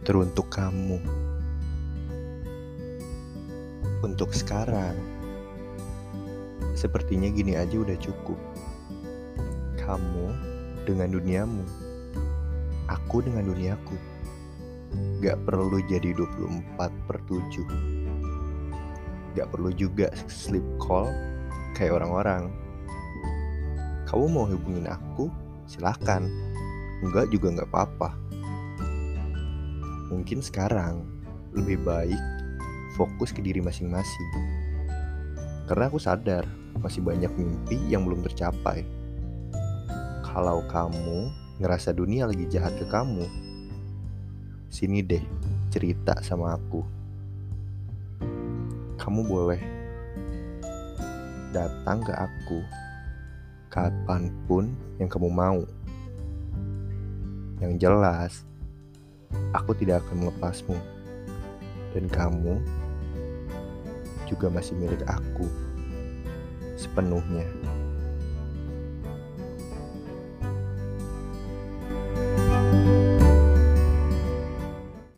Teruntuk kamu. Untuk sekarang, sepertinya gini aja udah cukup. Kamu dengan duniamu, aku dengan duniaku. Gak perlu jadi 24/7. Gak perlu juga sleep call kayak orang-orang. Kamu mau hubungin aku, silakan. Enggak juga gak apa-apa. Mungkin sekarang lebih baik fokus ke diri masing-masing. Karena aku sadar masih banyak mimpi yang belum tercapai. Kalau kamu ngerasa dunia lagi jahat ke kamu, sini deh cerita sama aku. Kamu boleh datang ke aku kapanpun yang kamu mau. Yang jelas, aku tidak akan melepasmu. Dan kamu juga masih milik aku sepenuhnya.